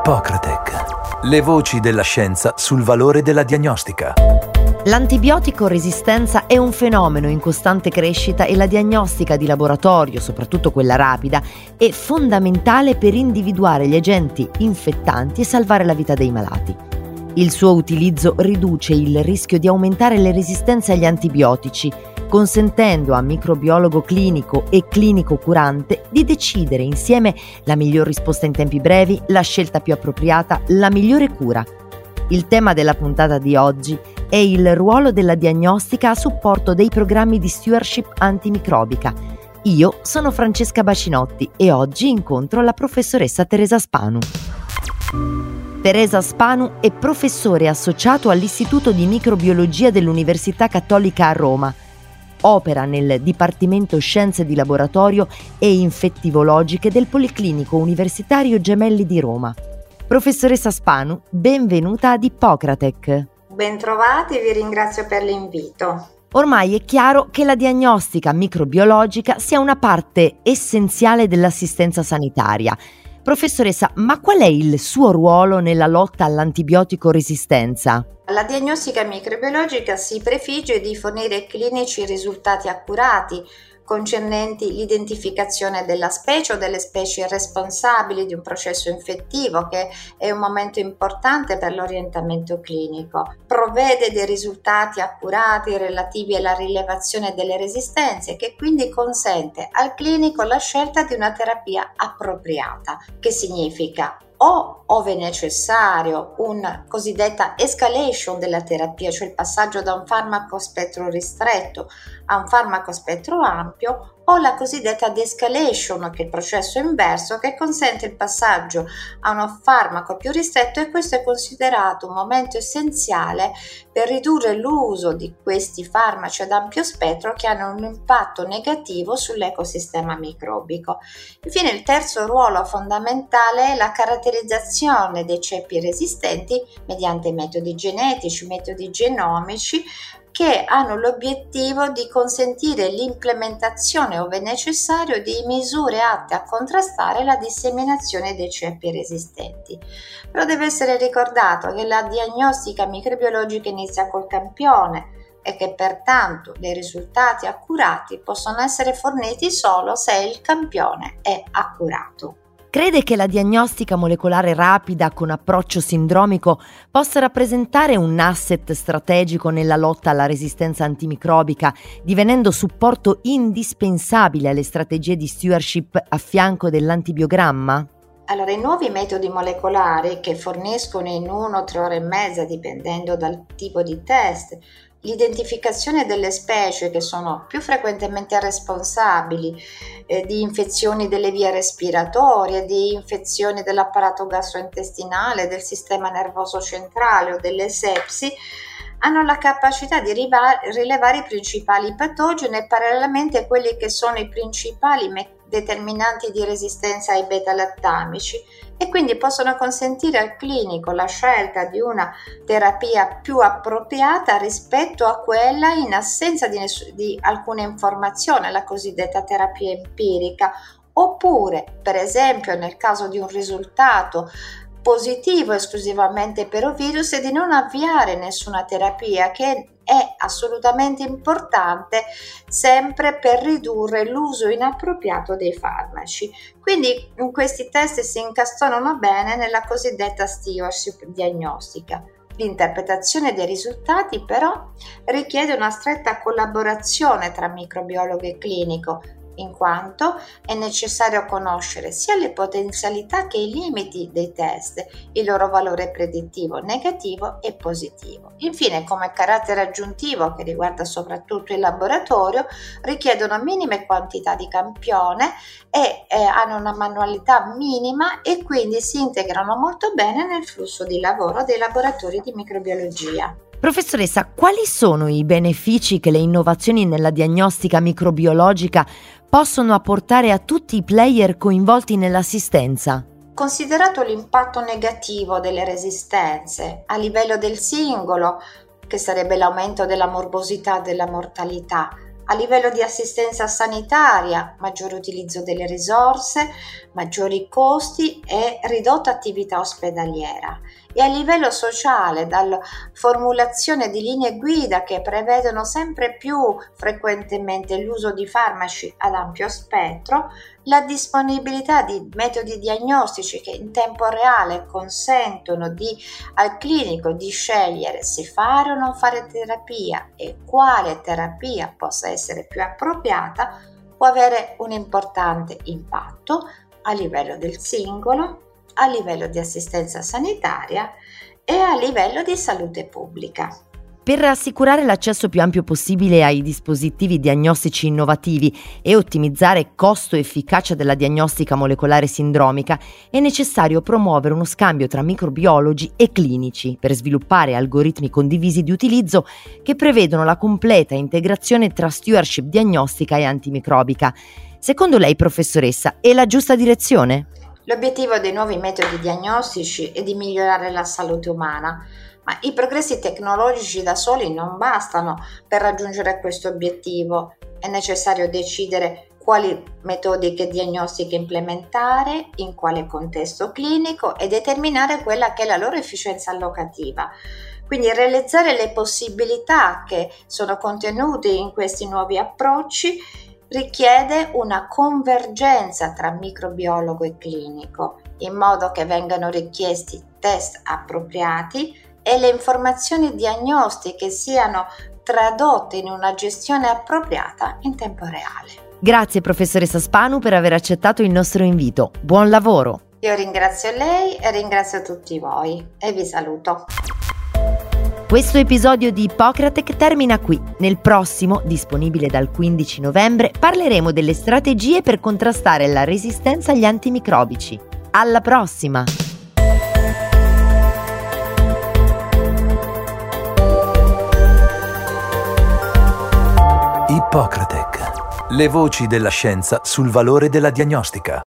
Ippocratec. Le voci della scienza sul valore della diagnostica. L'antibiotico resistenza è un fenomeno in costante crescita e la diagnostica di laboratorio, soprattutto quella rapida, è fondamentale per individuare gli agenti infettanti e salvare la vita dei malati. Il suo utilizzo riduce il rischio di aumentare le resistenze agli antibiotici, consentendo a microbiologo clinico e clinico curante di decidere insieme la miglior risposta in tempi brevi, la scelta più appropriata, la migliore cura. Il tema della puntata di oggi è il ruolo della diagnostica a supporto dei programmi di stewardship antimicrobica. Io sono Francesca Bacinotti e oggi incontro la professoressa Teresa Spanu. Teresa Spanu è professore associato all'Istituto di Microbiologia dell'Università Cattolica a Roma. Opera nel Dipartimento Scienze di Laboratorio e Infettivologiche del Policlinico Universitario Gemelli di Roma. Professoressa Spanu, benvenuta ad Ippocratec. Bentrovati, vi ringrazio per l'invito. Ormai è chiaro che la diagnostica microbiologica sia una parte essenziale dell'assistenza sanitaria. Professoressa, ma qual è il suo ruolo nella lotta all'antibiotico resistenza? La diagnostica microbiologica si prefigge di fornire ai clinici risultati accurati concernenti l'identificazione della specie o delle specie responsabili di un processo infettivo, che è un momento importante per l'orientamento clinico. Provvede dei risultati accurati relativi alla rilevazione delle resistenze, che quindi consente al clinico la scelta di una terapia appropriata, che significa ove necessario, una cosiddetta escalation della terapia, cioè il passaggio da un farmaco a spettro ristretto a un farmaco a spettro ampio, o la cosiddetta de-escalation, che è il processo inverso, che consente il passaggio a uno farmaco più ristretto, e questo è considerato un momento essenziale per ridurre l'uso di questi farmaci ad ampio spettro che hanno un impatto negativo sull'ecosistema microbico. Infine, il terzo ruolo fondamentale è la caratterizzazione dei ceppi resistenti mediante metodi genetici, metodi genomici, che hanno l'obiettivo di consentire l'implementazione, ove necessario, di misure atte a contrastare la disseminazione dei ceppi resistenti. Però deve essere ricordato che la diagnostica microbiologica inizia col campione e che pertanto dei risultati accurati possono essere forniti solo se il campione è accurato. Crede che la diagnostica molecolare rapida con approccio sindromico possa rappresentare un asset strategico nella lotta alla resistenza antimicrobica, divenendo supporto indispensabile alle strategie di stewardship a fianco dell'antibiogramma? Allora, i nuovi metodi molecolari, che forniscono in 1 o 3 ore e mezza, dipendendo dal tipo di test, l'identificazione delle specie che sono più frequentemente responsabili di infezioni delle vie respiratorie, di infezioni dell'apparato gastrointestinale, del sistema nervoso centrale o delle sepsi, hanno la capacità di rilevare i principali patogeni e parallelamente quelli che sono i principali determinanti di resistenza ai beta-lattamici, e quindi possono consentire al clinico la scelta di una terapia più appropriata rispetto a quella in assenza di alcuna informazione, la cosiddetta terapia empirica, oppure, per esempio, nel caso di un risultato positivo esclusivamente per un virus, e di non avviare nessuna terapia, che è assolutamente importante sempre per ridurre l'uso inappropriato dei farmaci. Quindi questi test si incastonano bene nella cosiddetta stewardship diagnostica. L'interpretazione dei risultati però richiede una stretta collaborazione tra microbiologo e clinico, in quanto è necessario conoscere sia le potenzialità che i limiti dei test, il loro valore predittivo negativo e positivo. Infine, come carattere aggiuntivo che riguarda soprattutto il laboratorio, richiedono minime quantità di campione e hanno una manualità minima, e quindi si integrano molto bene nel flusso di lavoro dei laboratori di microbiologia. Professoressa, quali sono i benefici che le innovazioni nella diagnostica microbiologica possono apportare a tutti i player coinvolti nell'assistenza? Considerato l'impatto negativo delle resistenze a livello del singolo, che sarebbe l'aumento della morbosità e della mortalità, A livello di assistenza sanitaria, maggiore utilizzo delle risorse, maggiori costi e ridotta attività ospedaliera. E a livello sociale, dalla formulazione di linee guida che prevedono sempre più frequentemente l'uso di farmaci ad ampio spettro, la disponibilità di metodi diagnostici che in tempo reale consentono al clinico di scegliere se fare o non fare terapia e quale terapia possa essere più appropriata, può avere un importante impatto a livello del singolo, a livello di assistenza sanitaria e a livello di salute pubblica. Per assicurare l'accesso più ampio possibile ai dispositivi diagnostici innovativi e ottimizzare costo e efficacia della diagnostica molecolare sindromica, è necessario promuovere uno scambio tra microbiologi e clinici per sviluppare algoritmi condivisi di utilizzo che prevedono la completa integrazione tra stewardship diagnostica e antimicrobica. Secondo lei, professoressa, è la giusta direzione? L'obiettivo dei nuovi metodi diagnostici è di migliorare la salute umana, ma i progressi tecnologici da soli non bastano per raggiungere questo obiettivo. È necessario decidere quali metodiche diagnostiche implementare, in quale contesto clinico e determinare quella che è la loro efficienza allocativa. Quindi realizzare le possibilità che sono contenute in questi nuovi approcci richiede una convergenza tra microbiologo e clinico, in modo che vengano richiesti test appropriati e le informazioni diagnostiche siano tradotte in una gestione appropriata in tempo reale. Grazie professoressa Spanu per aver accettato il nostro invito. Buon lavoro! Io ringrazio lei e ringrazio tutti voi e vi saluto. Questo episodio di Ippocratec termina qui. Nel prossimo, disponibile dal 15 novembre, parleremo delle strategie per contrastare la resistenza agli antimicrobici. Alla prossima! Ippocratec. Le voci della scienza sul valore della diagnostica.